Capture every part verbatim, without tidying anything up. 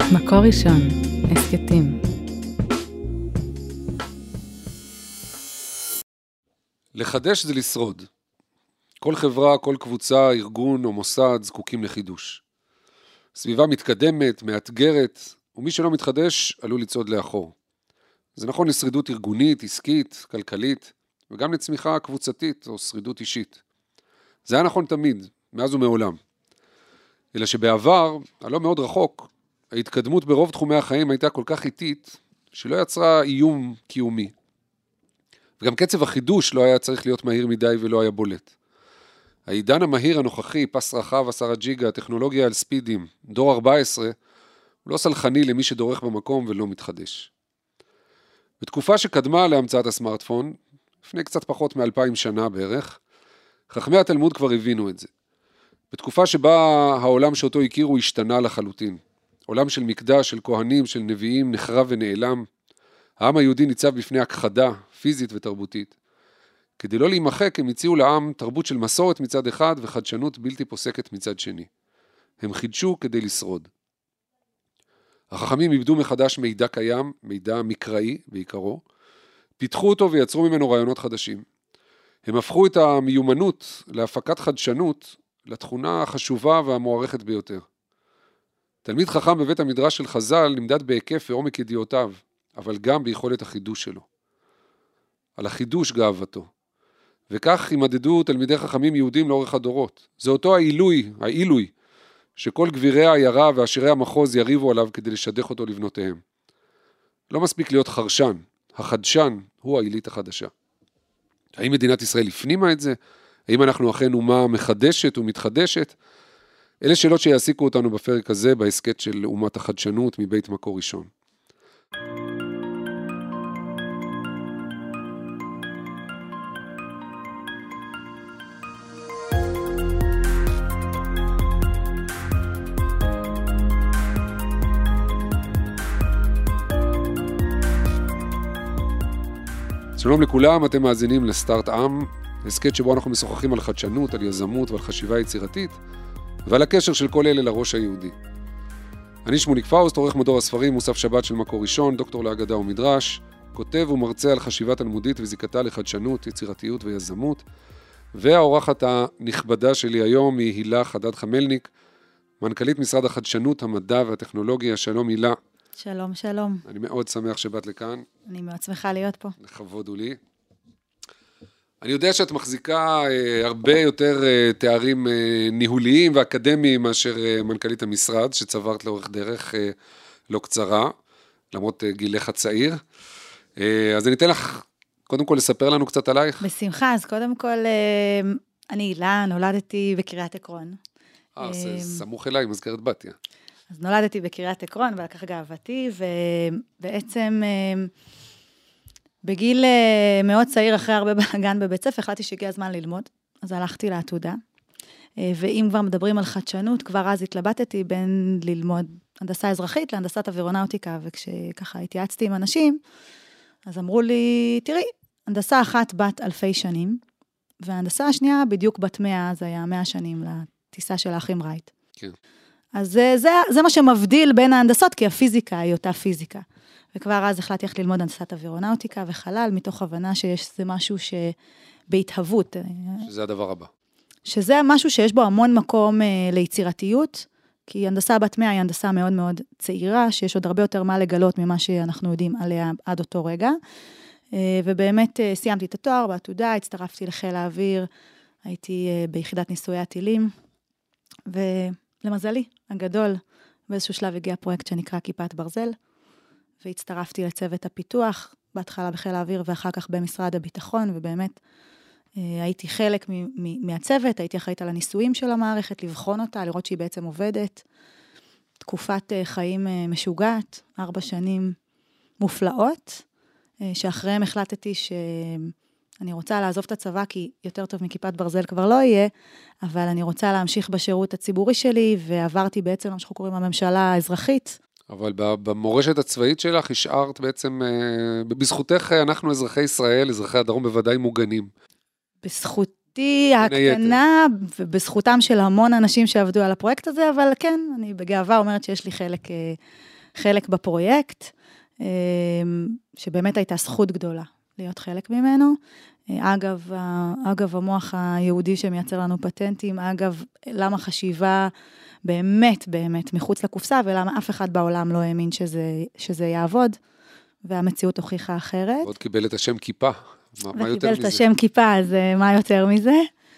מקור ראשון, הסקטים. לחדש זה לשרוד. כל חברה, כל קבוצה, ארגון או מוסד זקוקים לחידוש. סביבה מתקדמת, מאתגרת, ומי שלא מתחדש עלול לצעוד לאחור. זה נכון לשרידות ארגונית, עסקית, כלכלית, וגם לצמיחה קבוצתית או שרידות אישית. זה היה נכון תמיד, מאז ומעולם. אלא שבעבר, הלא מאוד רחוק, ההתקדמות ברוב תחומי החיים הייתה כל כך איטית, שלא יצרה איום קיומי. וגם קצב החידוש לא היה צריך להיות מהיר מדי ולא היה בולט. העידן המהיר הנוכחי, פס רחב, עשרה ג'יגה, טכנולוגיה על ספידים, דור ארבע עשרה, הוא לא סלחני למי שדורך במקום ולא מתחדש. בתקופה שקדמה להמצאת הסמארטפון, לפני קצת פחות מאלפיים שנה בערך, חכמי התלמוד כבר הבינו את זה. בתקופה שבה העולם שאותו הכירו השתנה לחלוטין. עולם של מקדש, של כהנים, של נביאים, נחרב ונעלם. העם היהודי ניצב בפני הכחדה, פיזית ותרבותית. כדי לא להימחק, הם הציעו לעם תרבות של מסורת מצד אחד וחדשנות בלתי פוסקת מצד שני. הם חידשו כדי לשרוד. החכמים איבדו מחדש מידע קיים, מידע מקראי בעיקרו, פיתחו אותו ויצרו ממנו רעיונות חדשים. הם הפכו את המיומנות להפקת חדשנות לתכונה החשובה והמוערכת ביותר. תלמיד חכם בבית המדרש של חז"ל נמדד בהיקף ועומק ידיעותיו, אבל גם ביכולת החידוש שלו. על החידוש גאוותו. וכך ימדדו תלמידי חכמים יהודים לאורך הדורות. זה אותו העילוי, העילוי, שכל גבירי העיירה ועשירי המחוז יריבו עליו כדי לשדך אותו לבנותיהם. לא מספיק להיות חרשן, החדשן הוא העילית החדשה. האם מדינת ישראל הפנימה את זה? האם אנחנו אכן אומה מחדשת ומתחדשת? אלה שאלות שיעסיקו אותנו בפרק הזה, בהסקט של אומת החדשנות מבית מקור ראשון. שלום לכולם, אתם מאזינים לסטארט-עם, הסקט שבו אנחנו משוחחים על חדשנות, על יזמות ועל חשיבה יצירתית, ועל הקשר של כל אלה לראש היהודי. אני שמוליק פאוסט, עורך מדור הספרים מוסף שבת של מקור ראשון, דוקטור לאגדה ומדרש, כותב ומרצה על חשיבה תלמודית וזיקתה לחדשנות, יצירתיות ויזמות, והאורחת הנכבדה שלי היום היא הילה חדד חמלניק, מנכ"לית משרד החדשנות, המדע והטכנולוגיה. שלום הילה. שלום, שלום. אני מאוד שמח שבאת לכאן. אני מאוד שמחה להיות פה. לכבוד הוא לי. אני יודע שאת מחזיקה אה, הרבה יותר אה, תארים אה, ניהוליים ואקדמיים מאשר אה, מנכ"לית המשרד, שצברת לאורך דרך אה, לא קצרה, למרות אה, גילך הצעיר. אה, אז אני אתן לך קודם כל לספר לנו קצת עלייך. בשמחה, אז קודם כל, אה, אני הילה, נולדתי בקריית עקרון. אה, זה סמוך אליי, מזכרת בתיה. אז נולדתי בקריית עקרון, ולקח גאוותי, ובעצם בגיל מאוד צעיר, אחרי הרבה בגן בבית ספר, החלטתי שהגיע הזמן ללמוד, אז הלכתי לעתודה, ואם כבר מדברים על חדשנות, כבר אז התלבטתי בין ללמוד הנדסה אזרחית להנדסת אווירונאוטיקה, וכשככה התייעצתי עם אנשים, אז אמרו לי, תראי, הנדסה אחת בת אלפי שנים, וההנדסה השנייה בדיוק בת מאה, אז היה מאה שנים לטיסה של האחים רייט. כן. אז זה, זה, זה מה שמבדיל בין ההנדסות, כי הפיזיקה היא אותה פיזיקה. וכבר אז החלטתי איך ללמוד הנדסת אווירונאוטיקה וחלל, מתוך הבנה שיש זה משהו שבהתהוות. שזה הדבר הבא. שזה משהו שיש בו המון מקום אה, ליצירתיות, כי הנדסה בת מאה היא הנדסה מאוד מאוד צעירה, שיש עוד הרבה יותר מה לגלות ממה שאנחנו יודעים עליה עד אותו רגע. אה, ובאמת אה, סיימתי את התואר בעתודה, הצטרפתי לחיל האוויר, הייתי אה, ביחידת ניסויי הטילים, ו... למזלי, הגדול, באיזשהו שלב הגיע פרויקט שנקרא כיפת ברזל, והצטרפתי לצוות הפיתוח, בהתחלה בחיל האוויר ואחר כך במשרד הביטחון, ובאמת הייתי חלק מהצוות, הייתי אחראית על הניסויים של המערכת, לבחון אותה, לראות שהיא בעצם עובדת, תקופת חיים משוגעת, ארבע שנים מופלאות, שאחריהם החלטתי ש... אני רוצה לעזוב את הצבא, כי יותר טוב מכיפת ברזל כבר לא יהיה, אבל אני רוצה להמשיך בשירות הציבורי שלי, ועברתי בעצם מה שאנחנו קוראים הממשלה האזרחית. אבל במורשת הצבאית שלך השארת בעצם, בזכותך אנחנו אזרחי ישראל, אזרחי הדרום בוודאי מוגנים. בזכותי הקטנה, ובזכותם של המון אנשים שעבדו על הפרויקט הזה, אבל כן, אני בגאווה אומרת שיש לי חלק חלק בפרויקט, שבאמת הייתה זכות גדולה להיות חלק ממנו. אגב, אגב המוח היהודי שמייצר לנו פטנטים, אגב, למה חשיבה באמת, באמת, מחוץ לקופסה, ולמה אף אחד בעולם לא האמין שזה, שזה יעבוד, והמציאות הוכיחה אחרת. עוד קיבל את השם כיפה, מה, מה יותר מזה? וקיבל את השם כיפה, אז מה יותר מזה?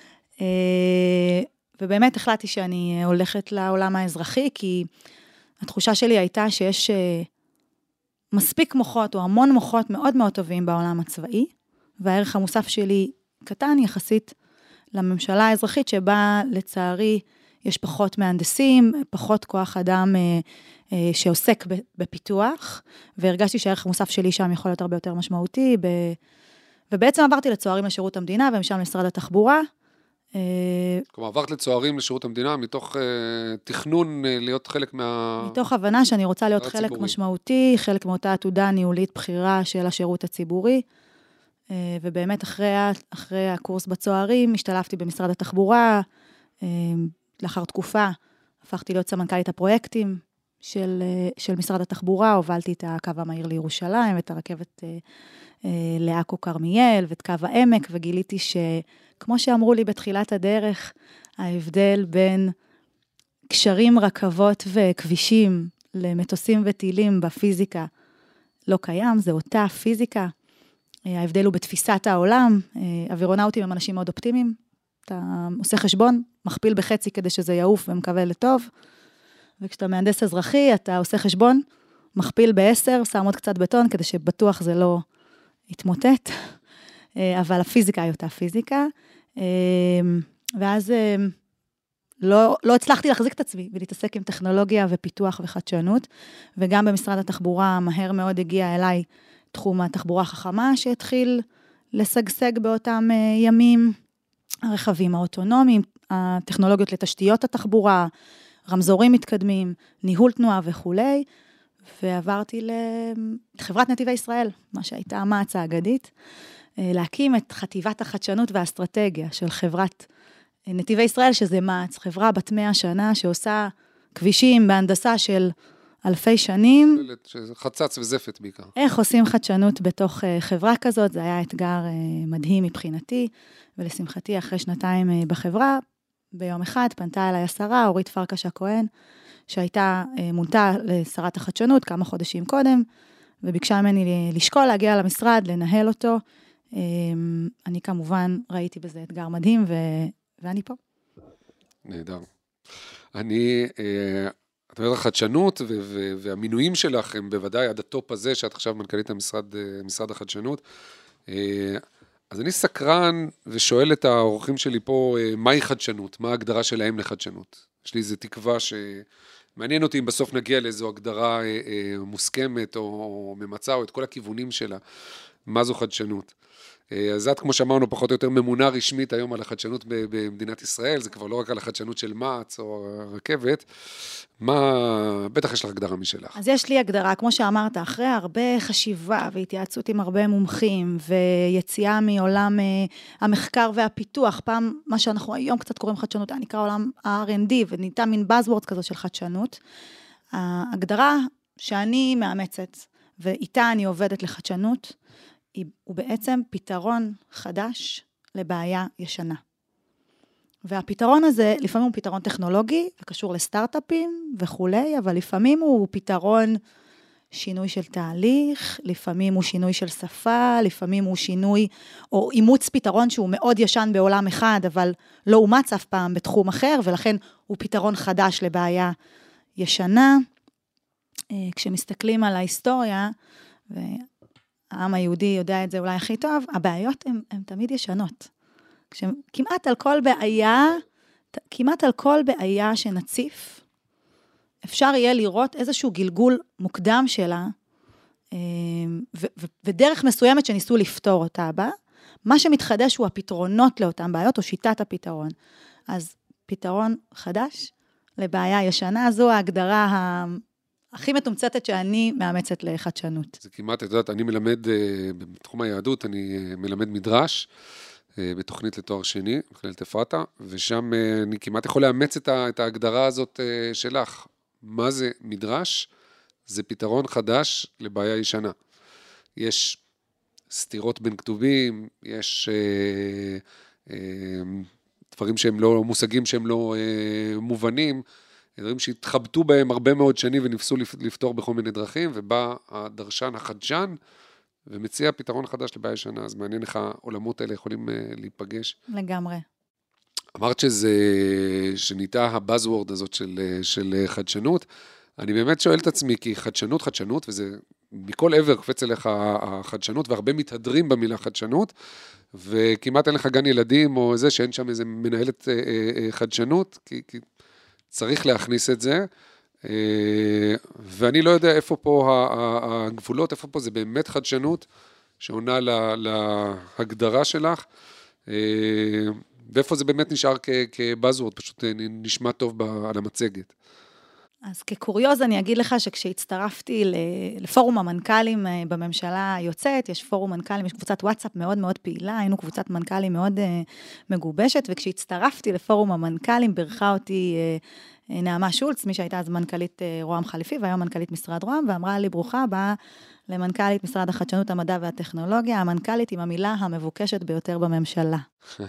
ובאמת החלטתי שאני הולכת לעולם האזרחי, כי התחושה שלי הייתה שיש מספיק מוחות, או המון מוחות מאוד מאוד טובים בעולם הצבאי, והערך המוסף שלי קטן יחסית לממשלה האזרחית, שבה לצערי יש פחות מהנדסים, פחות כוח אדם אה, אה, שעוסק בפיתוח, והרגשתי שהערך המוסף שלי שם יכול להיות הרבה יותר משמעותי, ב... ובעצם עברתי לצוערים לשירות המדינה, ומשם למשרד התחבורה. כלומר, עברת לצוערים לשירות המדינה, מתוך אה, תכנון אה, להיות חלק מה... מתוך הבנה שאני רוצה להיות חלק הציבורי. משמעותי, חלק מאותה עתודה ניהולית בחירה של השירות הציבורי, ובאמת אחרי, אחרי הקורס בצוערים, השתלבתי במשרד התחבורה, לאחר תקופה, הפכתי להיות סמנכ"לית הפרויקטים של, של משרד התחבורה, הובלתי את הקו המהיר לירושלים, ואת הרכבת לעכו כרמיאל, ואת קו העמק, וגיליתי שכמו שאמרו לי בתחילת הדרך, ההבדל בין קשרים, רכבות וכבישים, למטוסים וטילים בפיזיקה, לא קיים, זה אותה פיזיקה, ההבדל הוא בתפיסת העולם, אווירונאוטים הם אנשים מאוד אופטימיים, אתה עושה חשבון, מכפיל בחצי כדי שזה יעוף ומקווה לטוב, וכשאתה מהנדס אזרחי, אתה עושה חשבון, מכפיל בעשר, שם עוד קצת בטון, כדי שבטוח זה לא יתמוטט, אבל הפיזיקה היא אותה פיזיקה, ואז לא, לא הצלחתי להחזיק את עצמי, ולהתעסק עם טכנולוגיה ופיתוח וחדשנות, וגם במשרד התחבורה מהר מאוד הגיע אליי, תחום התחבורה החכמה שהתחיל לשגשג באותם ימים, הרכבים האוטונומיים, הטכנולוגיות לתשתיות התחבורה, רמזורים מתקדמים, ניהול תנועה וכו'. ועברתי לחברת נתיבי ישראל, מה שהייתה המעצה האגדית, להקים את חטיבת החדשנות והאסטרטגיה של חברת נתיבי ישראל, שזה מעץ, חברה בת מאה שנה שעושה כבישים בהנדסה של אלפי שנים. חצץ וזפת בעיקר. איך עושים חדשנות בתוך חברה כזאת, זה היה אתגר מדהים מבחינתי, ולשמחתי אחרי שנתיים בחברה, ביום אחד פנתה אליי השרה, אורית פרקש הכהן, שהייתה מונתה לשרת החדשנות כמה חודשים קודם, וביקשה ממני לשקול, להגיע למשרד, לנהל אותו. אני כמובן ראיתי בזה אתגר מדהים, ו... ואני פה. נהדר. אני... את אומרת, החדשנות והמינויים שלך הם בוודאי עד הטופ הזה, שאת עכשיו מנכ"לית המשרד, משרד החדשנות. אז אני סקרן ושואל את האורחים שלי פה, מהי חדשנות? מה ההגדרה שלהם לחדשנות? יש לי איזו תקווה שמעניין אותי אם בסוף נגיע לאיזו הגדרה מוסכמת או ממצה, או את כל הכיוונים שלה. מה זו חדשנות? אז את, כמו שאמרנו, פחות או יותר ממונה רשמית היום על החדשנות במדינת ישראל, זה כבר לא רק על החדשנות של מעץ או הרכבת, מה, בטח יש לך הגדרה משלך. אז יש לי הגדרה, כמו שאמרת, אחרי הרבה חשיבה והתייעצות עם הרבה מומחים, ויציאה מעולם המחקר והפיתוח, פעם מה שאנחנו היום קצת קוראים חדשנות, אני נקרא עולם ה-אר אנד די, וניתן מין buzzwords כזו של חדשנות, ההגדרה שאני מאמצת, ואיתה אני עובדת לחדשנות, הוא בעצם פתרון חדש לבעיה ישנה. והפתרון הזה, לפעמים הוא פתרון טכנולוגי, וקשור לסטארט-אפים וכו', אבל לפעמים הוא פתרון שינוי של תהליך, לפעמים הוא שינוי של שפה, לפעמים הוא שינוי, או אימוץ פתרון שהוא מאוד ישן בעולם אחד, אבל לא אומץ אף פעם בתחום אחר, ולכן הוא פתרון חדש לבעיה ישנה. כשמסתכלים על ההיסטוריה, ו... העם היהודי יודע את זה אולי הכי טוב, הבעיות הן, הן תמיד ישנות. כמעט על כל בעיה, כמעט על כל בעיה שנציף, אפשר יהיה לראות איזשהו גלגול מוקדם שלה, ו- ו- ודרך מסוימת שניסו לפתור אותה בה, מה שמתחדש הוא הפתרונות לאותן בעיות, או שיטת הפתרון. אז פתרון חדש לבעיה ישנה, זו ההגדרה ה... הכי מתומצתת שאני מאמצת לחדשנות. זה כמעט, את יודעת, אני מלמד, בתחום היהדות, אני מלמד מדרש, בתוכנית לתואר שני, מכללת אפרתה, ושם אני כמעט יכול לאמץ את ההגדרה הזאת שלך. מה זה מדרש? זה פתרון חדש לבעיה ישנה. יש סתירות בין כתובים, יש אה, אה, דברים שהם לא, מושגים שהם לא אה, מובנים, דברים שהתחבטו בהם הרבה מאוד שנים וניסו לפתור בכל מיני דרכים, ובא הדרשן החדשן, ומציע פתרון חדש לבעיה ישנה, אז מעניין איך העולמות האלה יכולים להיפגש. לגמרי. אמרת שזה, שניתה הבאזוורד הזאת של, של חדשנות, אני באמת שואל את עצמי, כי חדשנות, חדשנות, וזה מכל עבר קפץ אליך החדשנות, והרבה מתהדרים במילה חדשנות, וכמעט אין לך גן ילדים, או זה שאין שם איזה מנהלת חדשנות, כי, כי צריך להכניס את זה, ואני לא יודע איפה פה הגבולות, איפה פה זה באמת חדשנות, שעונה להגדרה שלך, ואיפה זה באמת נשאר כבאזוורד, פשוט נשמע טוב על המצגת. אז כקוריוז אני אגיד לך שכשהצטרפתי לפורום המנכ"לים בממשלה היוצאת, יש פורום מנכ"לים, יש קבוצת וואטסאפ מאוד מאוד פעילה, היינו קבוצת מנכ"לים מאוד מגובשת, וכשהצטרפתי לפורום המנכ"לים, ברכה אותי נעמה שולץ, מי שהייתה אז מנכ"לית רועם חליפי, והיום מנכ"לית משרד רועם, ואמרה לי, ברוכה הבאה למנכ"לית משרד החדשנות, המדע והטכנולוגיה, המנכ"לית עם המילה המבוקשת ביותר בממשלה.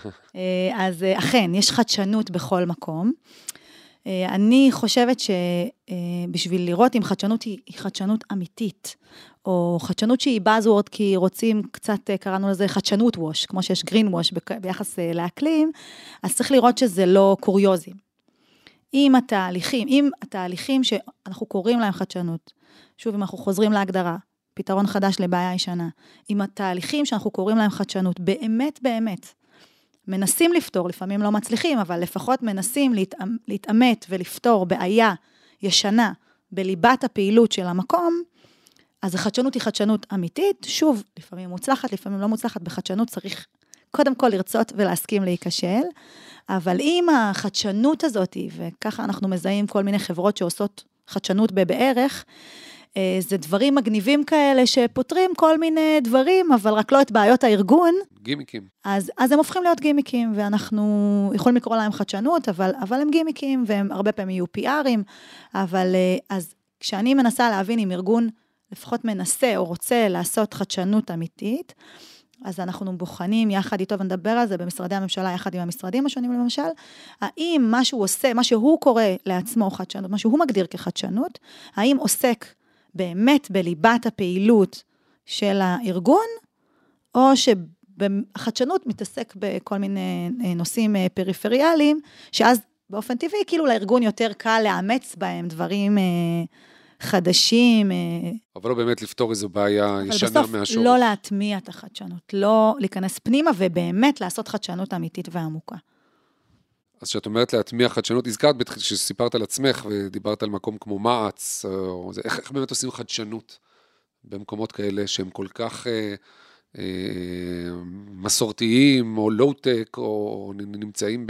אז אכן, יש חדשנות בכל מקום. אני חושבת שבשביל לראות אם חדשנות היא חדשנות אמיתית, או חדשנות שהיא באזוורד, כי רוצים קצת, קראנו לזה חדשנות ווש, כמו שיש גרין ווש ביחס לאקלים, אז צריך לראות שזה לא קוריוזים. אם התהליכים, אם התהליכים שאנחנו קוראים להם חדשנות, שוב, אם אנחנו חוזרים להגדרה, פתרון חדש לבעיה ישנה, אם התהליכים שאנחנו קוראים להם חדשנות, באמת, באמת, מנסים לפתור, לפעמים לא מצליחים, אבל לפחות מנסים להתאמת ולפתור בעיה ישנה בליבת הפעילות של המקום, אז החדשנות היא חדשנות אמיתית, שוב, לפעמים מוצלחת, לפעמים לא מוצלחת, בחדשנות צריך קודם כל לרצות ולהסכים להיכשל, אבל אם החדשנות הזאת, וככה אנחנו מזהים כל מיני חברות שעושות חדשנות בבערך, זה דברים מגניבים כאלה שפותרים כל מיני דברים, אבל רק לא את בעיות הארגון. גימיקים. אז, אז הם הופכים להיות גימיקים, ואנחנו יכולים לקרוא להם חדשנות, אבל, אבל הם גימיקים, והם הרבה פעמים יהיו פי ארים, אבל אז כשאני מנסה להבין אם ארגון לפחות מנסה או רוצה לעשות חדשנות אמיתית, אז אנחנו בוחנים יחד איתו, ונדבר על זה במשרדי הממשלה, יחד עם המשרדים השונים למשל, האם מה שהוא עושה, מה שהוא קורא לעצמו חדשנות, מה שהוא מגדיר כחדשנות, האם עוסק באמת בליבת הפעילות של הארגון, או שבחדשנות מתעסק בכל מיני נושאים פריפריאליים, שאז באופן טבעי, כאילו לארגון יותר קל לאמץ בהם דברים חדשים. אבל לא באמת לפתור איזו בעיה ישנה מהשורש. אבל בסוף לא להטמיע את החדשנות, לא להיכנס פנימה, ובאמת לעשות חדשנות אמיתית ועמוקה. אז שאת אומרת להטמיע חדשנות, הזכרת שסיפרת על עצמך, ודיברת על מקום כמו מעץ, או זה, איך, איך באמת עושים חדשנות במקומות כאלה, שהם כל כך אה, אה, מסורתיים, או לואו-טק, או נמצאים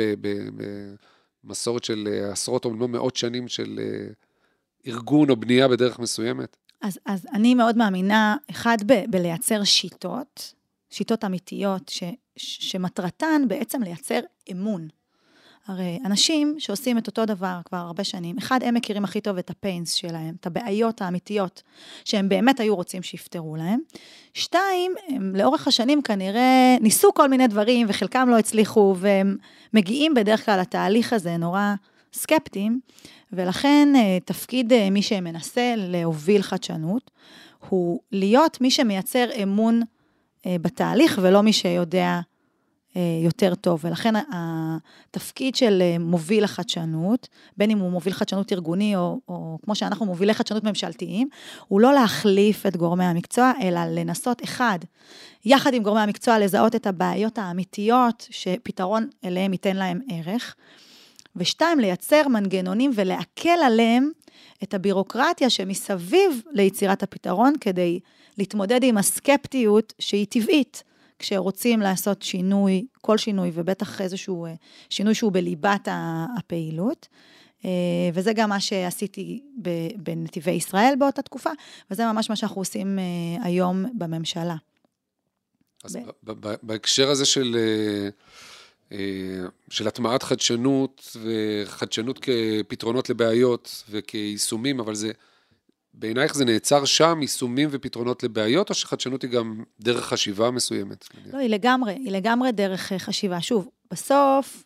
במסורת של עשרות או מאות שנים של אה, ארגון או בנייה בדרך מסוימת? אז, אז אני מאוד מאמינה, אחד ב, בלייצר שיטות, שיטות אמיתיות, ש, ש, שמטרתן בעצם לייצר אמון. הרי אנשים שעושים את אותו דבר כבר הרבה שנים, אחד, הם מכירים הכי טוב את הפיינס שלהם, את הבעיות האמיתיות, שהם באמת היו רוצים שיפתרו להם. שתיים, הם לאורך השנים כנראה ניסו כל מיני דברים, וחלקם לא הצליחו, והם מגיעים בדרך כלל לתהליך הזה נורא סקפטיים, ולכן תפקיד מי שמנסה להוביל חדשנות, הוא להיות מי שמייצר אמון בתהליך, ולא מי שיודע יותר טוב, ולכן התפקיד של מוביל החדשנות, בין אם הוא מוביל חדשנות ארגוני, או, או כמו שאנחנו מובילי חדשנות ממשלתיים, הוא לא להחליף את גורמי המקצוע, אלא לנסות אחד, יחד עם גורמי המקצוע, לזהות את הבעיות האמיתיות, שפתרון אליהם ייתן להם ערך, ושתיים, לייצר מנגנונים ולהקל עליהם את הבירוקרטיה שמסביב ליצירת הפתרון, כדי להתמודד עם הסקפטיות שהיא טבעית, כשרוצים לעשות שינוי, כל שינוי, ובטח איזשהו שינוי שהוא בליבת הפעילות, וזה גם מה שעשיתי בנתיבי ישראל באותה תקופה, וזה ממש מה שאנחנו עושים היום בממשלה. אז בהקשר הזה של, של הטמעת חדשנות, וחדשנות כפתרונות לבעיות וכיישומים, אבל זה בעינייך זה נעצר שם, יישומים ופתרונות לבעיות, או שחדשנות היא גם דרך חשיבה מסוימת? לא, היא לגמרי, היא לגמרי דרך חשיבה. שוב, בסוף,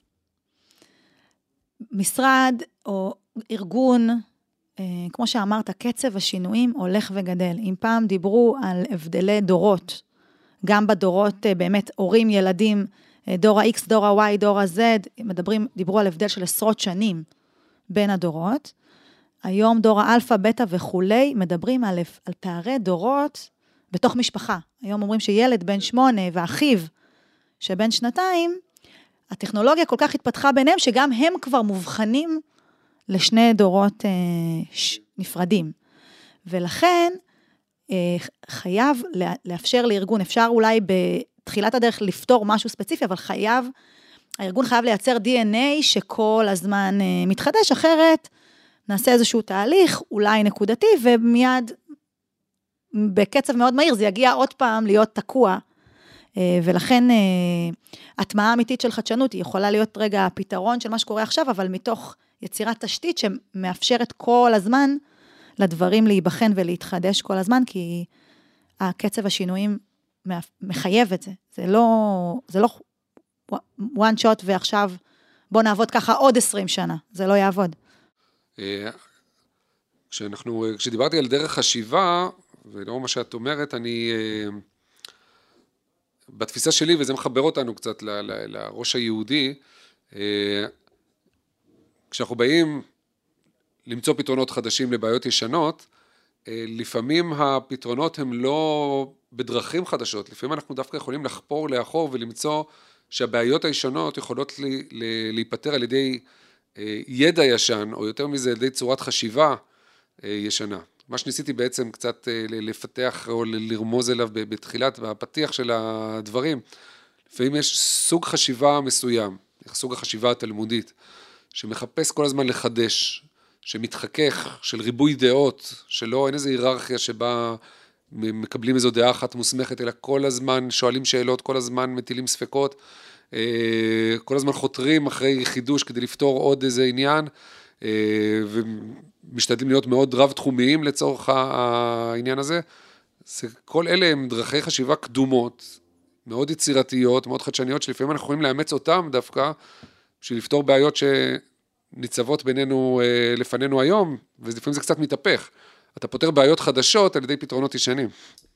משרד או ארגון, כמו שאמרת, קצב השינויים הולך וגדל. אם פעם דיברו על הבדלי דורות, גם בדורות באמת הורים, ילדים, דור ה-X, דור ה-Y, דור ה-Z, מדברים, דיברו על הבדל של עשרות שנים בין הדורות. היום דור האלפא, בטא וכולי, מדברים על, על פערי דורות בתוך משפחה. היום אומרים שילד בן שמונה ואחיו שבן שנתיים, הטכנולוגיה כל כך התפתחה ביניהם, שגם הם כבר מובחנים לשני דורות אה, ש, נפרדים. ולכן אה, חייב לאפשר לארגון, אפשר אולי בתחילת הדרך לפתור משהו ספציפי, אבל חייב, הארגון חייב לייצר די אן איי שכל הזמן אה, מתחדש, אחרת נעשה איזשהו תהליך, אולי נקודתי, ומיד בקצב מאוד מהיר, זה יגיע עוד פעם להיות תקוע, ולכן התמאה אמיתית של חדשנות, היא יכולה להיות רגע הפתרון של מה שקורה עכשיו, אבל מתוך יצירת תשתית שמאפשרת כל הזמן לדברים להיבחן ולהתחדש כל הזמן, כי הקצב השינויים מחייב את זה. זה לא, זה לא one shot ועכשיו בוא נעבוד ככה עוד עשרים שנה, זה לא יעבוד. כשאנחנו, כשדיברתי על דרך חשיבה, ולא מה שאת אומרת, אני, בתפיסה שלי, וזה מחבר אותנו קצת ל, ל, לראש היהודי, כשאנחנו באים למצוא פתרונות חדשים לבעיות ישנות, לפעמים הפתרונות הם לא בדרכים חדשות, לפעמים אנחנו דווקא יכולים לחפור לאחור ולמצוא שהבעיות הישנות יכולות לי, להיפטר על ידי ידע ישן, או יותר מזה, על ידי צורת חשיבה ישנה. מה שניסיתי בעצם קצת לפתח או לרמוז אליו בתחילת והפתיח של הדברים, לפעמים יש סוג חשיבה מסוים, סוג החשיבה התלמודית, שמחפש כל הזמן לחדש, שמתחכך, של ריבוי דעות, שלא, אין איזו היררכיה שבה מקבלים איזו דעה אחת מוסמכת, אלא כל הזמן שואלים שאלות, כל הזמן מטילים ספקות, כל הזמן חותרים אחרי חידוש כדי לפתור עוד איזה עניין, ומשתדלים להיות מאוד רב תחומיים לצורך העניין הזה. כל אלה הם דרכי חשיבה קדומות, מאוד יצירתיות, מאוד חדשניות, שלפעמים אנחנו יכולים לאמץ אותם דווקא, בשביל לפתור בעיות שניצבות בינינו, לפנינו היום, ולפעמים זה קצת מתהפך. אתה פותר בעיות חדשות על ידי פתרונות ישנים.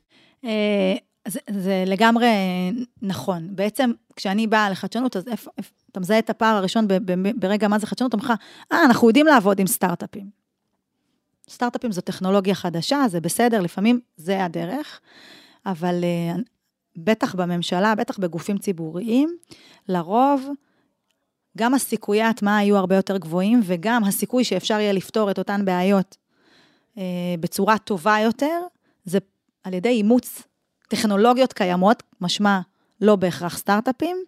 זה, זה לגמרי נכון. בעצם, כשאני באה לחדשנות, אז איפה, איפה, אתה מזהה את הפער הראשון ב, ב, ברגע מה זה חדשנות, אתה אומר, אה, אנחנו יודעים לעבוד עם סטארט-אפים. סטארט-אפים זו טכנולוגיה חדשה, זה בסדר, לפעמים זה הדרך, אבל בטח בממשלה, בטח בגופים ציבוריים, לרוב, גם הסיכויי ההטמעה היו הרבה יותר גבוהים, וגם הסיכוי שאפשר יהיה לפתור את אותן בעיות בצורה טובה יותר, זה על ידי אימוץ טכנולוגיות קיימות, משמע לא בהכרח סטארט-אפים,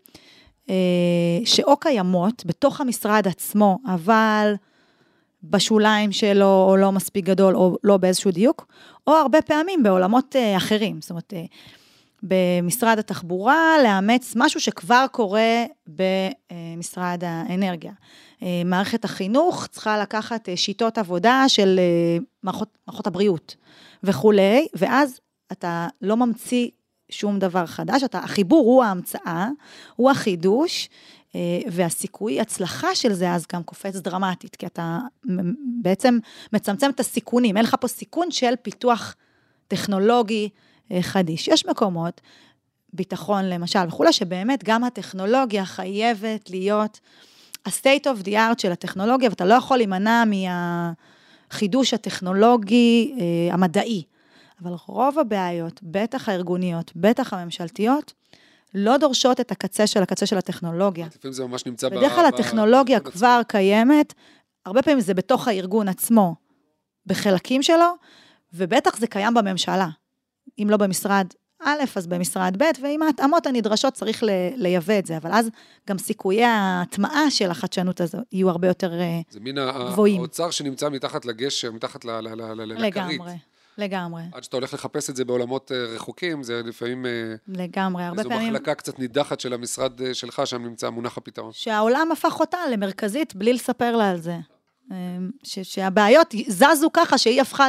שאו קיימות בתוך המשרד עצמו, אבל בשוליים שלו או לא מספיק גדול או לא באיזשהו דיוק, או הרבה פעמים בעולמות אחרים, זאת אומרת, במשרד התחבורה, לאמץ משהו שכבר קורה במשרד האנרגיה. מערכת החינוך צריכה לקחת שיטות עבודה של מערכות, מערכות הבריאות וכולי, ואז אתה לא ממציא שום דבר חדש, אתה, החיבור הוא ההמצאה, הוא החידוש, והסיכוי, הצלחה של זה אז גם קופץ דרמטית, כי אתה בעצם מצמצם את הסיכונים, אין לך פה סיכון של פיתוח טכנולוגי חדיש. יש מקומות, ביטחון למשל וכולי, שבאמת גם הטכנולוגיה חייבת להיות ה-state of the art של הטכנולוגיה, ואתה לא יכול להימנע מהחידוש הטכנולוגי המדעי. אבל רוב הבעיות, בטח הארגוניות, בטח הממשלתיות, לא דורשות את הקצה של הקצה של הטכנולוגיה. לפעמים זה ממש נמצא... בדרך כלל הטכנולוגיה כבר קיימת, הרבה פעמים זה בתוך הארגון עצמו, בחלקים שלו, ובטח זה קיים בממשלה. אם לא במשרד א', אז במשרד ב', ועם ההתאמות הנדרשות צריך לייבא את זה, אבל אז גם סיכויי ההטמעה של החדשנות הזו יהיו הרבה יותר גבוהים. זה מין האוצר שנמצא מתחת לגשר, מתחת לכרית. לגמרי. לגמרי. עד שאתה הולך לחפש את זה בעולמות רחוקים, זה לפעמים... לגמרי, הרבה פעמים... איזו מחלקה קצת נידחת של המשרד שלך, שם נמצא מונח הפתרון. שהעולם הפך אותה למרכזית, בלי לספר לה על זה. ש- שהבעיות זזו ככה, שהיא הפכה להיות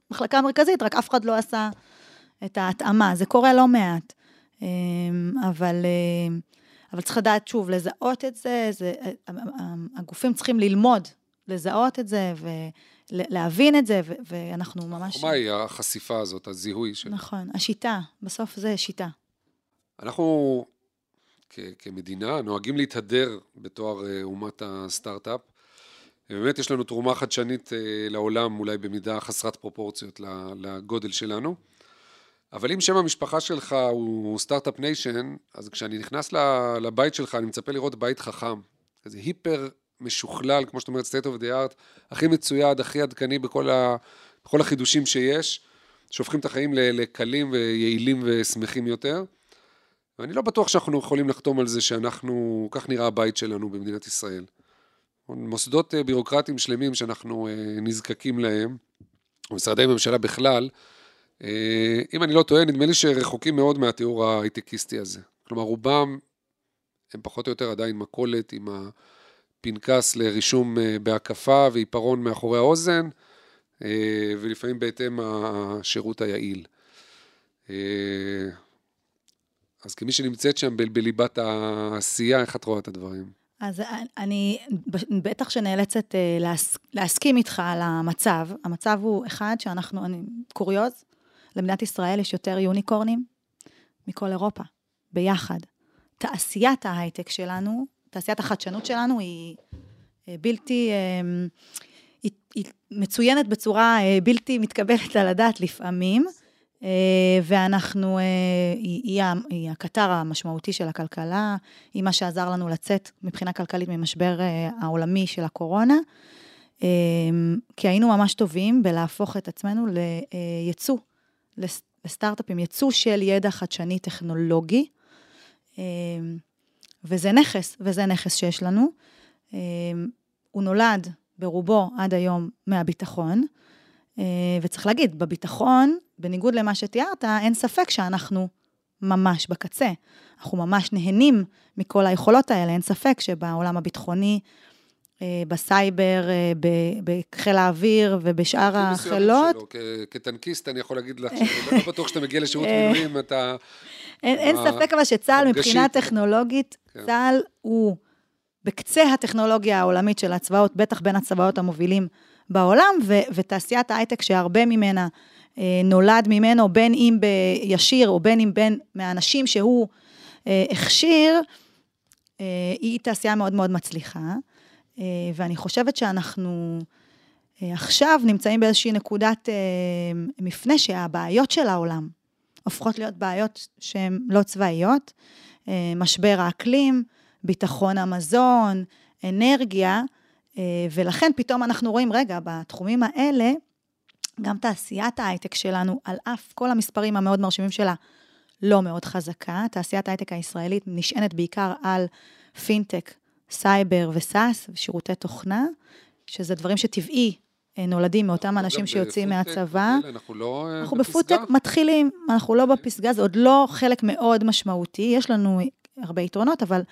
מחלקה מרכזית, רק אף אחד לא עשה את ההתאמה. זה קורה לא מעט. אבל, אבל צריך לדעת שוב, לזהות את זה, זה, הגופים צריכים ללמוד, לזהות את זה, ולהבין את זה, ואנחנו ממש... מה היא החשיפה הזאת, הזיהוי של... נכון, השיטה, בסוף זה שיטה. אנחנו כ- כמדינה נוהגים להתהדר בתואר אומת הסטארט-אפ, ובאמת יש לנו תרומה חדשנית לעולם, אולי במידה חסרת פרופורציות לגודל שלנו, אבל אם שם המשפחה שלך הוא סטארט-אפ ניישן, אז כשאני נכנס לבית שלך, אני מצפה לראות בית חכם, איזה היפר משוכלל, כמו שאת אומרת, state of the art, הכי מצויד, הכי עדכני בכל, ה, בכל החידושים שיש, שהופכים את החיים לקלים ויעילים ושמחים יותר, ואני לא בטוח שאנחנו יכולים לחתום על זה שאנחנו, כך נראה הבית שלנו במדינת ישראל. מוסדות בירוקרטיים שלמים שאנחנו נזקקים להם, ומשרדי ממשלה בכלל, אם אני לא טועה, נדמה לי שרחוקים מאוד מהתיאור ההייטקיסטי הזה. כלומר, רובם הם פחות או יותר עדיין מקולת עם הפנקס לרישום בהקפה ועיפרון מאחורי האוזן, ולפעמים בהתאם השירות היעיל. אז כמי שנמצאת שם בליבת העשייה, איך את רואה את הדברים? אז אני בטח שנאלצת להס, להסכים איתך על המצב. המצב הוא אחד שאנחנו, אני, קוריוז, למדינת ישראל יש יותר יוניקורנים מכל אירופה, ביחד. תעשיית ההייטק שלנו, תעשיית החדשנות שלנו היא בלתי, היא, היא מצוינת בצורה בלתי מתקבלת על הדעת לפעמים, ואנחנו, היא, היא, היא הקטר המשמעותי של הכלכלה, היא מה שעזר לנו לצאת מבחינה כלכלית ממשבר העולמי של הקורונה, כי היינו ממש טובים בלהפוך את עצמנו ליצוא, לסטארט-אפים, יצוא של ידע חדשני טכנולוגי, וזה נכס, וזה נכס שיש לנו. הוא נולד ברובו עד היום מהביטחון, וצריך להגיד, בביטחון, בניגוד למה שתיארת, אין ספק שאנחנו ממש בקצה. אנחנו ממש נהנים מכל היכולות האלה, אין ספק שבעולם הביטחוני, בסייבר, בחיל האוויר ובשאר החילות. כטנקיסט אני יכול להגיד לך, שלא בטוח שאתה מגיע לשירות מילואים, אתה... אין ספק אבל שצה"ל מבחינה טכנולוגית, צה"ל הוא בקצה הטכנולוגיה העולמית של הצבאות, בטח בין הצבאות המובילים בעולם, ותעשיית ההייטק שהרבה ממנה נולד ממנו, בין אם בישיר או בין אם בין מהאנשים שהוא הכשיר, היא תעשייה מאוד מאוד מצליחה. ואני חושבת שאנחנו עכשיו נמצאים באיזושהי נקודת מפנה שהבעיות של העולם הופכות להיות בעיות שהן לא צבאיות, משבר האקלים, ביטחון המזון, אנרגיה, ולכן פתאום אנחנו רואים, רגע, בתחומים האלה, גם תעשיית ההייטק שלנו, על אף כל המספרים המאוד מרשימים שלה, לא מאוד חזקה. תעשיית ההייטק הישראלית נשענת בעיקר על פינטק, סייבר וסאס, ושירותי תוכנה, שזה דברים שטבעי נולדים מאותם אנשים שיוצאים מהצבא. אנחנו לא בפסגה. אנחנו בפודטק מתחילים, אנחנו לא בפסגה, זה עוד לא חלק מאוד משמעותי, יש לנו הרבה יתרונות, אבל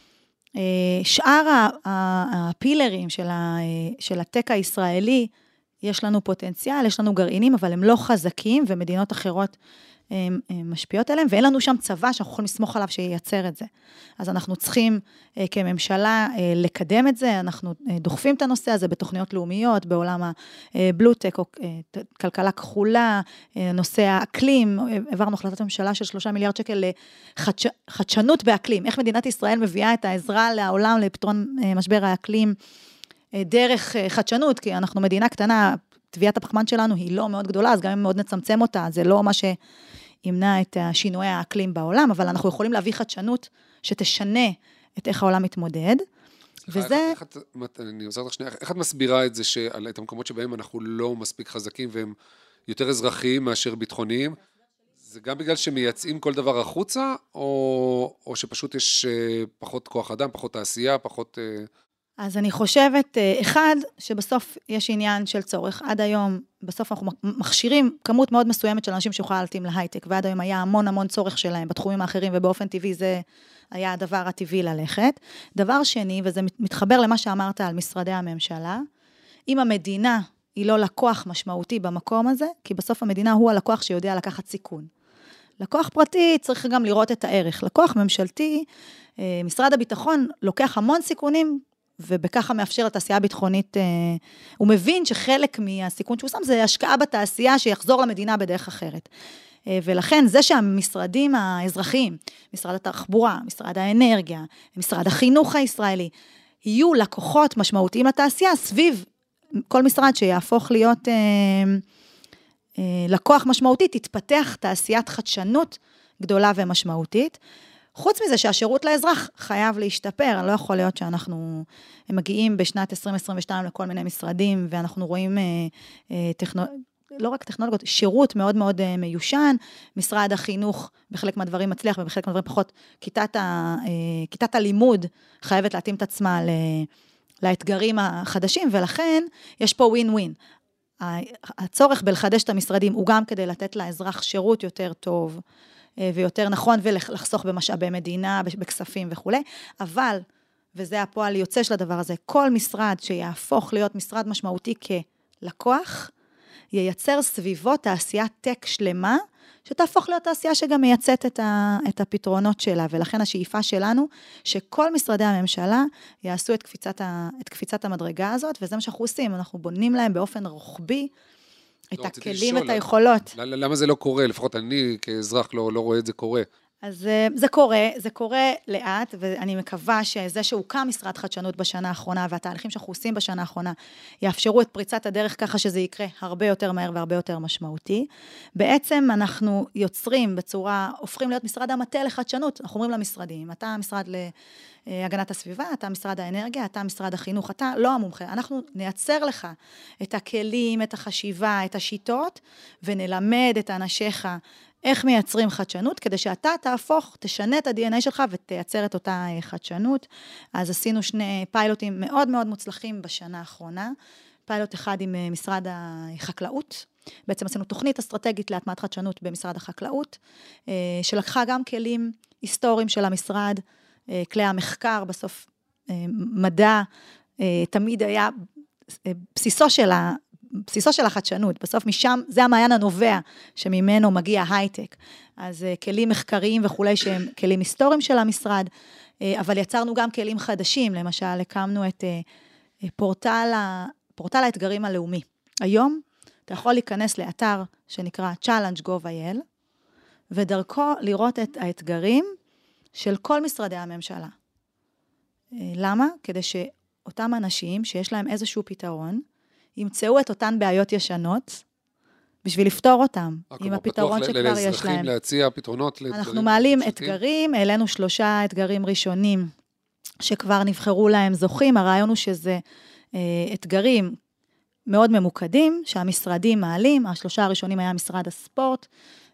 שאר הפילרים של הטק הישראלי, יש לנו פוטנציאל, יש לנו גרעינים, אבל הם לא חזקים, ומדינות אחרות משפיעות עליהם, ואין לנו שם צבא שאנחנו יכולים לסמוך עליו שייצר את זה. אז אנחנו צריכים כממשלה לקדם את זה, אנחנו דוחפים את הנושא הזה בתוכניות לאומיות, בעולם הבלוטק, או כלכלה כחולה, נושא האקלים, העברנו החלטת ממשלה של שלושה מיליארד שקל לחדשנות באקלים, איך מדינת ישראל מביאה את העזרה לעולם לפתרון משבר האקלים, דרך חדשנות, כי אנחנו מדינה קטנה, תביעת הפחמן שלנו היא לא מאוד גדולה, אז גם אם מאוד נצמצם אותה, זה לא מה שימנע את שינוי האקלים בעולם, אבל אנחנו יכולים להביא חדשנות שתשנה את איך העולם מתמודד. וזה... איך את, אני עוזר לך שנייה, איך את מסבירה את זה, את המקומות שבהם אנחנו לא מספיק חזקים, והם יותר אזרחיים מאשר ביטחוניים, זה גם בגלל שמייצאים כל דבר החוצה, או, או שפשוט יש פחות כוח אדם, פחות תעשייה, פחות... אז אני חושבת, אחד, שבסוף יש עניין של צורך. עד היום, בסוף אנחנו מכשירים כמות מאוד מסוימת של אנשים שיוכלו להתאים להייטק, ועד היום היה המון המון צורך שלהם בתחומים האחרים, ובאופן טבעי זה היה הדבר הטבעי ללכת. דבר שני, וזה מתחבר למה שאמרת על משרדי הממשלה, אם המדינה היא לא לקוח משמעותי במקום הזה, כי בסוף המדינה הוא הלקוח שיודע לקחת סיכון. לקוח פרטי צריך גם לראות את הערך. לקוח ממשלתי, משרד הביטחון לוקח המון סיכונים, ובככה מאפשר לתעשייה הביטחונית, הוא מבין שחלק מהסיכון שהוא שם זה השקעה בתעשייה שיחזור למדינה בדרך אחרת. ולכן זה שהמשרדים האזרחיים, משרד התחבורה, משרד האנרגיה, משרד החינוך הישראלי, יהיו לקוחות משמעותיים לתעשייה סביב כל משרד שיהפוך להיות אה, אה, לקוח משמעותי, תתפתח תעשיית חדשנות גדולה ומשמעותית. חוץ מזה שהשירות לאזרח חייב להשתפר, לא יכול להיות שאנחנו מגיעים בשנת עשרים עשרים ושתיים לכל מיני משרדים, ואנחנו רואים אה, אה, טכנולוגיה, לא רק טכנולוגיות, שירות מאוד מאוד uh, מיושן, משרד החינוך בחלק מהדברים מצליח, ובחלק מהדברים פחות, כיתת, ה, uh, כיתת הלימוד חייבת להתאים את עצמה ל, לאתגרים החדשים, ולכן יש פה ווין ווין. הצורך בלחדש את המשרדים הוא גם כדי לתת לאזרח שירות יותר טוב, uh, ויותר נכון, ולחסוך במשאבי מדינה, בכספים וכו', אבל, וזה הפועל יוצא של הדבר הזה, כל משרד שיהפוך להיות משרד משמעותי כלקוח, ייצר סביבו תעשיית טק שלמה, שתהפוך להיות תעשייה שגם מייצאת את, ה, את הפתרונות שלה, ולכן השאיפה שלנו, שכל משרדי הממשלה יעשו את קפיצת, ה, את קפיצת המדרגה הזאת, וזה מה שאנחנו עושים, אנחנו בונים להם באופן רוחבי, את לא, הכלים, את היכולות. למה זה לא קורה? לפחות אני כאזרח לא, לא רואה את זה קורה. אז זה קורה, זה קורה לאט, ואני מקווה שזה שהוקם משרד חדשנות בשנה האחרונה, והתהליכים שאנחנו עושים בשנה האחרונה, יאפשרו את פריצת הדרך ככה שזה יקרה הרבה יותר מהר והרבה יותר משמעותי. בעצם אנחנו יוצרים בצורה, הופכים להיות משרד המטה לחדשנות, אנחנו אומרים למשרדים, אתה המשרד להגנת הסביבה, אתה משרד האנרגיה, אתה משרד החינוך, אתה לא המומחה, אנחנו נייצר לך את הכלים, את החשיבה, את השיטות, ונלמד את אנשיך, איך מייצרים חדשנות, כדי שאתה תהפוך, תשנה את ה-די אן איי שלך ותייצר את אותה חדשנות. אז עשינו שני פיילוטים מאוד מאוד מוצלחים בשנה האחרונה. פיילוט אחד עם משרד החקלאות. בעצם עשינו תוכנית אסטרטגית להטמעת חדשנות במשרד החקלאות, שלקחה גם כלים היסטוריים של המשרד, כלי המחקר, בסוף מדע, תמיד היה בסיסו של ה... בסיסו של החדשנות, בסוף משם, זה המעיין הנובע שממנו מגיע הייטק, אז כלים מחקריים וכולי שהם כלים היסטוריים של המשרד, אבל יצרנו גם כלים חדשים, למשל הקמנו את פורטל, פורטל האתגרים הלאומי. היום אתה יכול להיכנס לאתר שנקרא צ'אלנג' גוב איי אל, ודרכו לראות את האתגרים של כל משרדי הממשלה. למה? כדי שאותם אנשים שיש להם איזשהו פתרון, ימצאו את אותן בעיות ישנות, בשביל לפתור אותם, עם הפתרון שכבר יש להם. לאזרחים להציע פתרונות. אנחנו מעלים אתגרים, העלינו שלושה אתגרים ראשונים, שכבר נבחרו להם זוכים, הרעיון הוא שזה אתגרים מאוד ממוקדים, שהמשרדים מעלים, השלושה הראשונים היה משרד הספורט,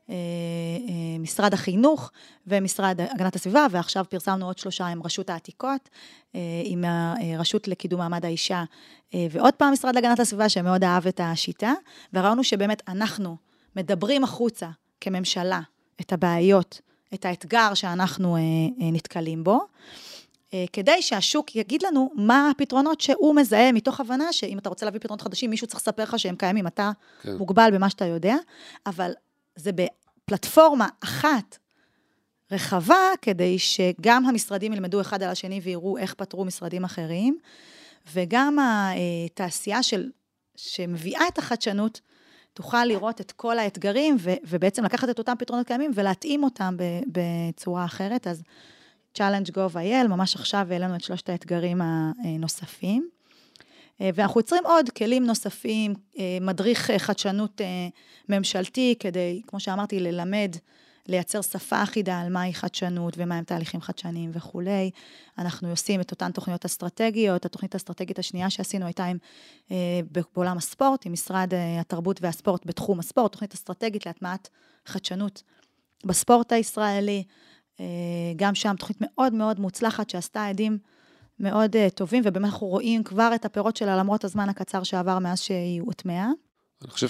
משרד החינוך ומשרד הגנת הסביבה, ועכשיו פרסמנו עוד שלושה עם רשות העתיקות, עם הרשות לקידום מעמד האישה, ועוד פעם משרד להגנת הסביבה שמאוד אהב את השיטה, וראינו שבאמת אנחנו מדברים החוצה כממשלה את הבעיות, את האתגר שאנחנו נתקלים בו, כדי שהשוק יגיד לנו מה הפתרונות שהוא מזהה, מתוך הבנה שאם אתה רוצה להביא פתרונות חדשים, מישהו צריך לספר לך שהם קיימים, אתה כן. מוגבל במה שאתה יודע, אבל זה בפלטפורמה אחת רחבה, כדי שגם המשרדים ילמדו אחד על השני ויראו איך פתרו משרדים אחרים, וגם התעשייה של, שמביאה את החדשנות, תוכל לראות את כל האתגרים, ו, ובעצם לקחת את אותם פתרונות קיימים, ולהתאים אותם בצורה אחרת. אז Challenge גוב איי אל, ממש עכשיו העלינו את שלושת האתגרים הנוספים. ואנחנו יוצרים עוד כלים נוספים, מדריך חדשנות ממשלתי, כדי, כמו שאמרתי, ללמד, לייצר שפה אחידה על מהי חדשנות, ומהם תהליכים חדשניים וכולי. אנחנו עושים את אותן תוכניות אסטרטגיות, התוכנית האסטרטגית השנייה שעשינו הייתה עם, בעולם הספורט, עם משרד התרבות והספורט בתחום הספורט, תוכנית אסטרטגית להטמעת חדשנות בספורט הישראלי, גם שם תוכנית מאוד מאוד מוצלחת שעשתה עדים מאוד טובים, ובאמת אנחנו רואים כבר את הפירות שלה, למרות הזמן הקצר שעבר מאז שהיא הוטמעה. אני חושב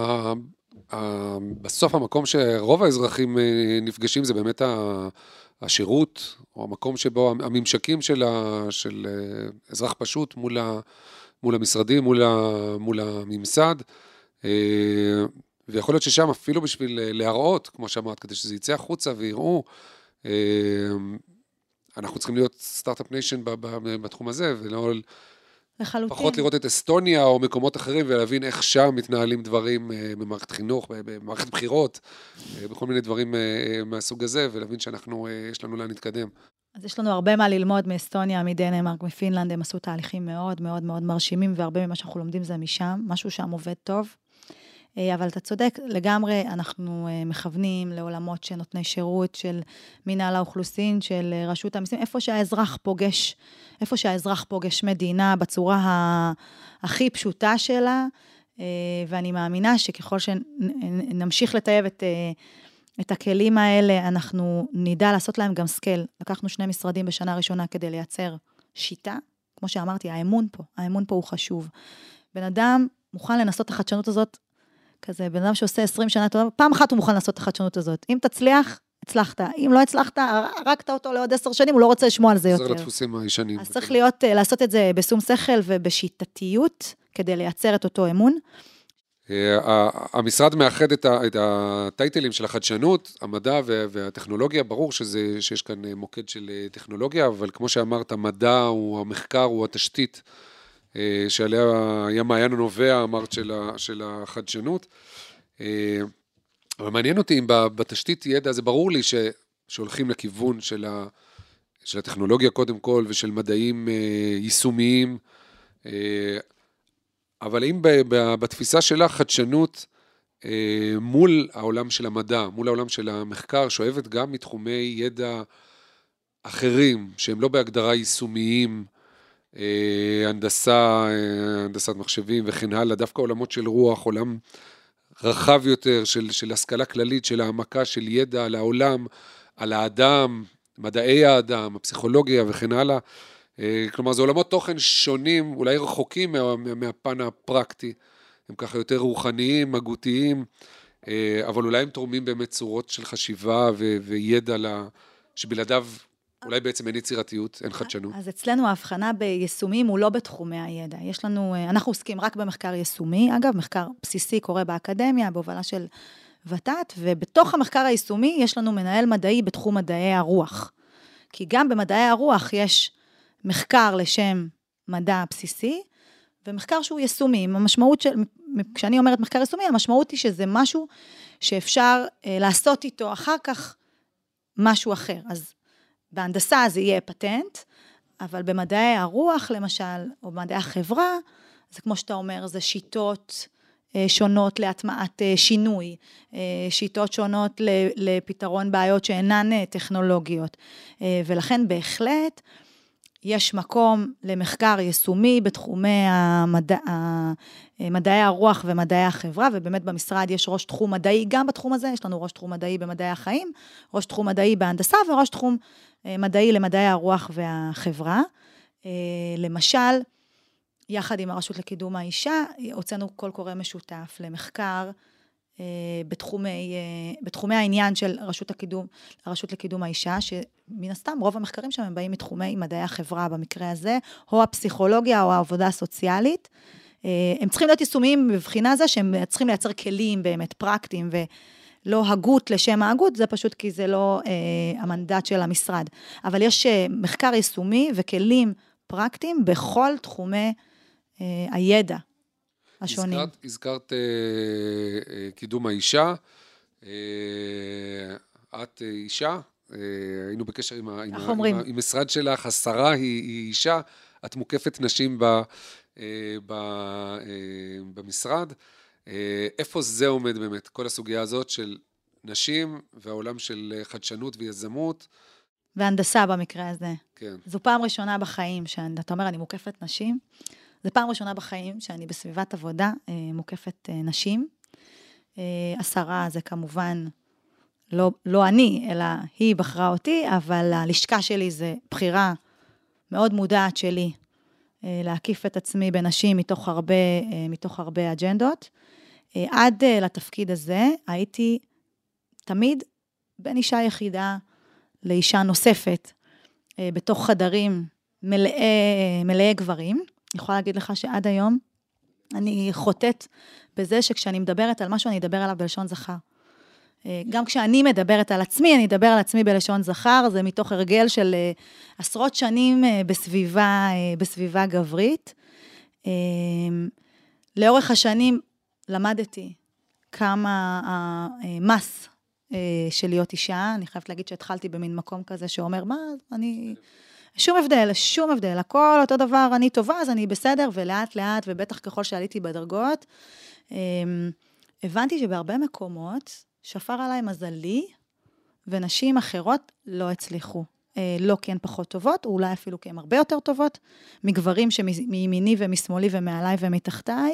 שבסוף המקום שרוב האזרחים נפגשים, זה באמת השירות, או המקום שבו הממשקים של אזרח פשוט מול מול המשרדים, מול, ה, מול הממסד, ויכול להיות ששם אפילו בשביל להראות, כמו שאמרת, כדי שזה יצא החוצה ויראו, אנחנו צריכים להיות סטארט-אפ ניישן בתחום הזה, ולא לחלוטין. פחות לראות את אסטוניה או מקומות אחרים, ולהבין איך שם מתנהלים דברים במערכת חינוך, במערכת בחירות, בכל מיני דברים מהסוג הזה, ולהבין שאנחנו, יש לנו לאן להתקדם. אז יש לנו הרבה מה ללמוד מאסטוניה, מדנמרק, מפינלנד, הם עשו תהליכים מאוד מאוד מאוד מרשימים, והרבה ממה שאנחנו לומדים זה משם, משהו שם עובד טוב. אבל אתה צודק, לגמרי אנחנו מכוונים לעולמות של נותני שירות, של מנהל האוכלוסין, של רשות המיסים, איפה שהאזרח פוגש, איפה שהאזרח פוגש מדינה בצורה הכי פשוטה שלה, ואני מאמינה שככל שנמשיך לטייב את, את הכלים האלה, אנחנו נדע לעשות להם גם סקל. לקחנו שני משרדים בשנה ראשונה כדי לייצר שיטה, כמו שאמרתי, האמון פה, האמון פה הוא חשוב. בן אדם מוכן לנסות את החדשנות הזאת, כזה, בן אדם שעושה עשרים שנה, פעם אחת הוא מוכן לעשות את החדשנות הזאת. אם תצליח, הצלחת. אם לא הצלחת, הרגת אותו לעוד עשר שנים, הוא לא רוצה לשמוע על זה יותר. זה לדפוסים הישנים. אז צריך להיות, לעשות את זה בשום שכל ובשיטתיות, כדי לייצר את אותו אמון. המשרד מאחד את הטייטלים של החדשנות, המדע והטכנולוגיה, ברור שזה, שיש כאן מוקד של טכנולוגיה, אבל כמו שאמרת, המדע הוא המחקר, הוא התשתית, שעליה היה מעיין הנובע, אמרת, של החדשנות. אבל מעניין אותי אם בתשתית ידע, זה ברור לי שהולכים לכיוון של הטכנולוגיה קודם כל, ושל מדעים יישומיים, אבל אם בתפיסה שלה חדשנות מול העולם של המדע, מול העולם של המחקר, שואבת גם מתחומי ידע אחרים, שהם לא בהגדרה יישומיים, הנדסה, הנדסת מחשבים וכן הלאה, דווקא עולמות של רוח, עולם רחב יותר של, של השכלה כללית, של העמקה של ידע על העולם, על האדם, מדעי האדם, הפסיכולוגיה וכן הלאה. כלומר, זה עולמות תוכן שונים, אולי רחוקים מה, מהפן הפרקטי, הם ככה יותר רוחניים, מגותיים, אבל אולי הם תורמים באמת צורות של חשיבה ו, וידע לה, שבלעדיו אולי בעצם אין יצירתיות, אין חדשנות. אז אצלנו ההבחנה ביישומים הוא לא בתחומי הידע. יש לנו, אנחנו עוסקים רק במחקר יישומי, אגב, מחקר בסיסי קורה באקדמיה, בהובלה של ות"ת, ובתוך המחקר היישומי יש לנו מנהל מדעי בתחום מדעי הרוח. כי גם במדעי הרוח יש מחקר לשם מדע בסיסי, ומחקר שהוא יישומי. המשמעות של, כשאני אומרת מחקר יישומי, המשמעות היא שזה משהו שאפשר אה, לעשות איתו אחר כך משהו אחר. אז בהנדסה זה יהיה פטנט, אבל במדעי הרוח, למשל, או במדעי החברה, זה כמו שאתה אומר, זה שיטות אה, שונות להטמעת אה, שינוי, אה, שיטות שונות לפתרון בעיות שאינן טכנולוגיות, אה, ולכן בהחלט, יש מקום למחקר יישומי בתחומי המדע, מדעי הרוח ומדעי החברה, ובאמת במשרד יש ראש תחום מדעי גם בתחום הזה, יש לנו ראש תחום מדעי במדעי החיים, ראש תחום מדעי בהנדסה, וראש תחום מדעי למדעי הרוח והחברה. למשל, יחד עם הרשות לקידום האישה, הוצאנו קול קורא משותף למחקר, בתחומי, בתחומי העניין של רשות הקידום, הרשות לקידום האישה, שמן הסתם רוב המחקרים שם הם באים מתחומי מדעי החברה במקרה הזה, או הפסיכולוגיה או העבודה הסוציאלית. הם צריכים להיות יישומיים בבחינה זה, שהם צריכים לייצר כלים באמת פרקטיים, ולא הגות לשם ההגות, זה פשוט כי זה לא אה, המנדט של המשרד. אבל יש מחקר יישומי וכלים פרקטיים בכל תחומי אה, הידע. השונים. הזכרת, הזכרת אה, אה, קידום האישה, אה, את אה, אישה, אה, היינו בקשר עם, ה, עם, ה, עם, ה, עם משרד שלך, השרה היא, היא אישה, את מוקפת נשים ב, אה, ב, אה, במשרד, אה, איפה זה עומד באמת, כל הסוגיה הזאת של נשים והעולם של חדשנות ויזמות? והנדסה במקרה הזה. כן. זו פעם ראשונה בחיים, שאתה אומר, אני מוקפת נשים, זו פעם ראשונה בחיים שאני בסביבת עבודה מוקפת נשים. השרה זה כמובן לא, לא אני, אלא היא בחרה אותי, אבל הלשכה שלי זה בחירה מאוד מודעת שלי, להקיף את עצמי בנשים מתוך הרבה, מתוך הרבה אג'נדות. עד לתפקיד הזה הייתי תמיד בין אישה יחידה לאישה נוספת, בתוך חדרים מלאי, מלאי גברים, יכולה להגיד לך שעד היום, אני חוטאת בזה שכשאני מדברת על משהו, אני אדבר עליו בלשון זכר. גם כשאני מדברת על עצמי, אני אדבר על עצמי בלשון זכר, זה מתוך הרגל של עשרות שנים בסביבה, בסביבה גברית. לאורך השנים למדתי כמה המס של להיות אישה, אני חייבת להגיד שהתחלתי במין מקום כזה שאומר, מה, אני... שום הבדל, שום הבדל, הכל אותו דבר, אני טובה, אז אני בסדר, ולאט לאט, ובטח ככל שעליתי בדרגות, הבנתי שבהרבה מקומות, שפר עליי מזלי, ונשים אחרות לא הצליחו. לא כי הן פחות טובות, או אולי אפילו כי הן הרבה יותר טובות, מגברים שמימיני ומשמאלי ומעליי ומתחתיי.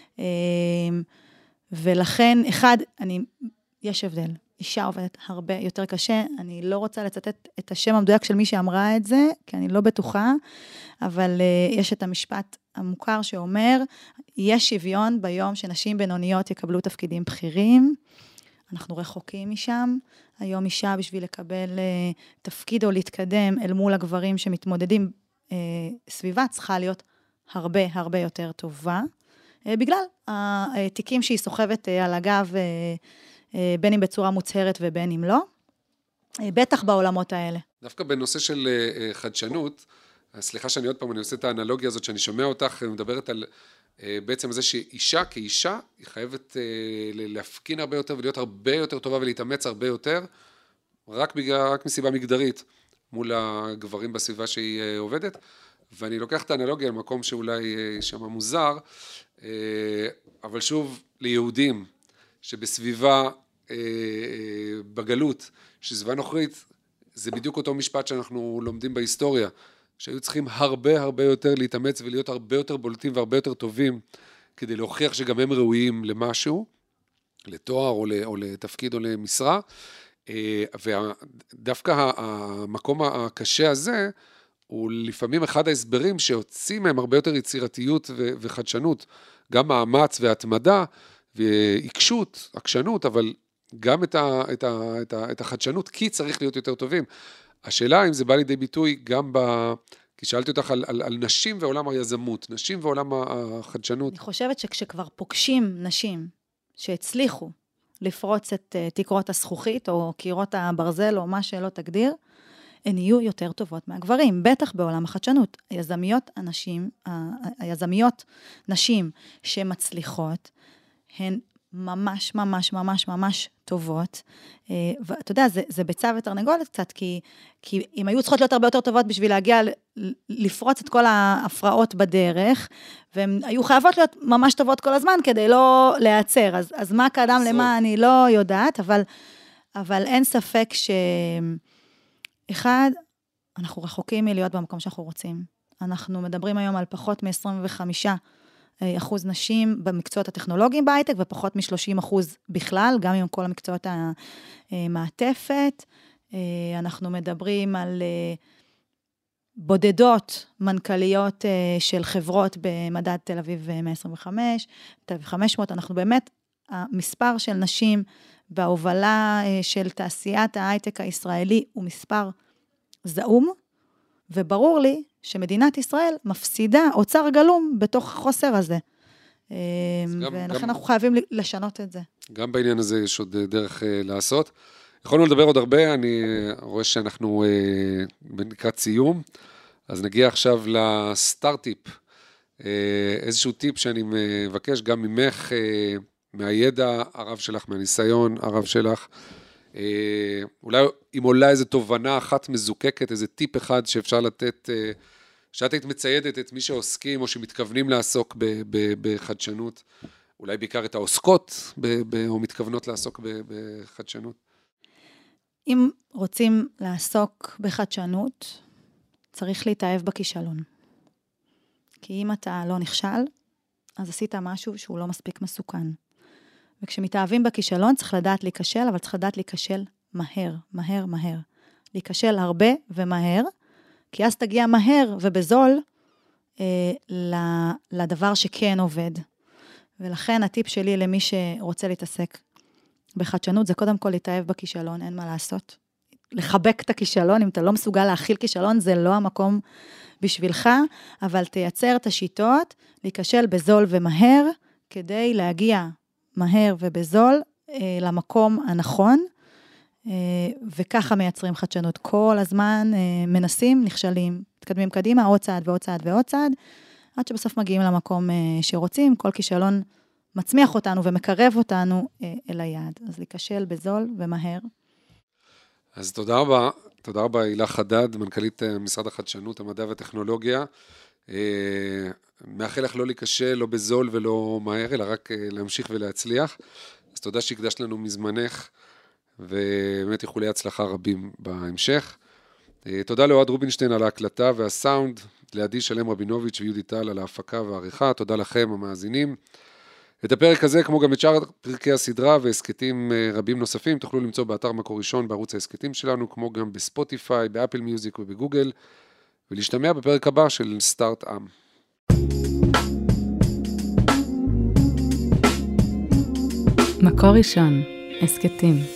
ולכן, אחד, אני, יש הבדל. אישה עובדת הרבה יותר קשה, אני לא רוצה לצטט את השם המדויק של מי שאמרה את זה, כי אני לא בטוחה, אבל uh, יש את המשפט המוכר שאומר, יש שוויון ביום שנשים בינוניות יקבלו תפקידים בכירים, אנחנו רחוקים משם, היום אישה בשביל לקבל uh, תפקיד או להתקדם אל מול הגברים שמתמודדים uh, סביבה, צריכה להיות הרבה הרבה יותר טובה, uh, בגלל התיקים שהיא סוחבת uh, על הגב, uh, בין אם בצורה מוצהרת ובין אם לא, בטח בעולמות האלה. דווקא בנושא של חדשנות, סליחה שאני עוד פעם, אני עושה את האנלוגיה הזאת, שאני שומע אותך, אני מדברת על בעצם זה שאישה כאישה, היא חייבת להפקין הרבה יותר, ולהיות הרבה יותר טובה, ולהתאמץ הרבה יותר, רק, בגלל, רק מסיבה מגדרית, מול הגברים בסביבה שהיא עובדת, ואני לוקח את האנלוגיה למקום שאולי שמה מוזר, אבל שוב, ליהודים, שבסביבה בגלות, שסביבה נוכרית, זה בדיוק אותו משפט שאנחנו לומדים בהיסטוריה, שהיו צריכים הרבה הרבה יותר להתאמץ ולהיות הרבה יותר בולטים והרבה יותר טובים, כדי להוכיח שגם הם ראויים למשהו, לתואר או, או לתפקיד או למשרה, ודווקא המקום הקשה הזה, הוא לפעמים אחד ההסברים שהוציא מהם הרבה יותר יצירתיות וחדשנות, גם מאמץ והתמדה, ועיקשות, עקשנות, אבל גם את, ה, את, ה, את, ה, את החדשנות, כי צריך להיות יותר טובים. השאלה אם זה בא לידי ביטוי גם ב... כי שאלתי אותך על, על, על נשים ועולם היזמות, נשים ועולם החדשנות. אני חושבת שכשכבר פוגשים נשים שהצליחו לפרוץ את תקרות הזכוכית, או קירות הברזל, או מה שלא תגדיר, הן יהיו יותר טובות מהגברים, בטח בעולם החדשנות. היזמיות, הנשים, היזמיות נשים שמצליחות, הן ממש, ממש, ממש, ממש טובות, ואתה יודע, זה, זה ביצה ותרנגולת קצת, כי, כי אם היו צריכות להיות הרבה יותר טובות בשביל להגיע, לפרוץ את כל ההפרעות בדרך, והן היו חייבות להיות ממש טובות כל הזמן, כדי לא להיעצר, אז, אז מה קדם למה אני לא יודעת, אבל, אבל אין ספק שאחד, אנחנו רחוקים מלהיות במקום שאנחנו רוצים, אנחנו מדברים היום על פחות מ-עשרים וחמישה אחוז נשים במקצועות הטכנולוגיים בהייטק, ופחות מ-שלושים אחוז בכלל, גם עם כל המקצועות המעטפת. אנחנו מדברים על בודדות מנכ"ליות של חברות במדד תל אביב מאה עשרים וחמש, תל אביב חמש מאות, אנחנו באמת, המספר של נשים בהובלה של תעשיית ההייטק הישראלי הוא מספר זעום, וברור לי שמדינת ישראל מפסידה אוצר גלום בתוך החוסר הזה. גם, ולכן גם, אנחנו חייבים לשנות את זה. גם בעניין הזה יש עוד דרך לעשות. יכולנו לדבר עוד הרבה, אני רואה שאנחנו לקראת סיום, אז נגיע עכשיו לסטארט-טיפ. איזשהו טיפ שאני מבקש גם ממך, מהידע הרב שלך, מהניסיון הרב שלך, אולי אם עולה איזו תובנה אחת מזוקקת, איזה טיפ אחד שאפשר לתת, שאת היית מציידת את מי שעוסקים או שמתכוונים לעסוק בחדשנות, אולי בעיקר את העוסקות או מתכוונות לעסוק בחדשנות. אם רוצים לעסוק בחדשנות, צריך להתאהב בכישלון. כי אם אתה לא נכשל, אז עשית משהו שהוא לא מספיק מסוכן. וכשמתאהבים בכישלון, צריך לדעת להיכשל, אבל צריך לדעת להיכשל מהר, מהר, מהר. להיכשל הרבה ומהר, כי אז תגיע מהר ובזול אה, לדבר שכן עובד. ולכן הטיפ שלי למי שרוצה להתעסק בחדשנות, זה קודם כל להתאהב בכישלון, אין מה לעשות. לחבק את הכישלון, אם אתה לא מסוגל להכיל כישלון, זה לא המקום בשבילך, אבל תייצר את השיטות, להיכשל בזול ומהר, כדי להגיע מהר ובזול אה, למקום הנכון, אה, וככה מייצרים חדשנות. כל הזמן אה, מנסים, נכשלים, מתקדמים קדימה, עוד צעד ועוד צעד ועוד צעד, עד שבסוף מגיעים למקום אה, שרוצים, כל כישלון מצמיח אותנו ומקרב אותנו אה, אל היעד. אז להיכשל בזול ומהר. אז תודה רבה, תודה רבה הילה חדד, מנכ"לית משרד החדשנות, המדע והטכנולוגיה. מאחל לך לא להיכשל, לא בזול ולא מהר, אלא רק להמשיך ולהצליח. אז תודה שהקדשת לנו מזמנך, ובאמת איחולי הצלחה רבים בהמשך. תודה לאוהד רובינשטיין על ההקלטה והסאונד, לעדי שלם רבינוביץ' ויהודי טל על ההפקה והעריכה. תודה לכם המאזינים. את הפרק הזה, כמו גם את שאר פרקי הסדרה והסקטים רבים נוספים, תוכלו למצוא באתר מקור ראשון בערוץ ההסקטים שלנו, כמו גם בספוטיפיי, באפל מיוזיק ובגוגל, ולהשתמע בפרק הבא של סטארט-עם. מקור ראשון, הסקטים.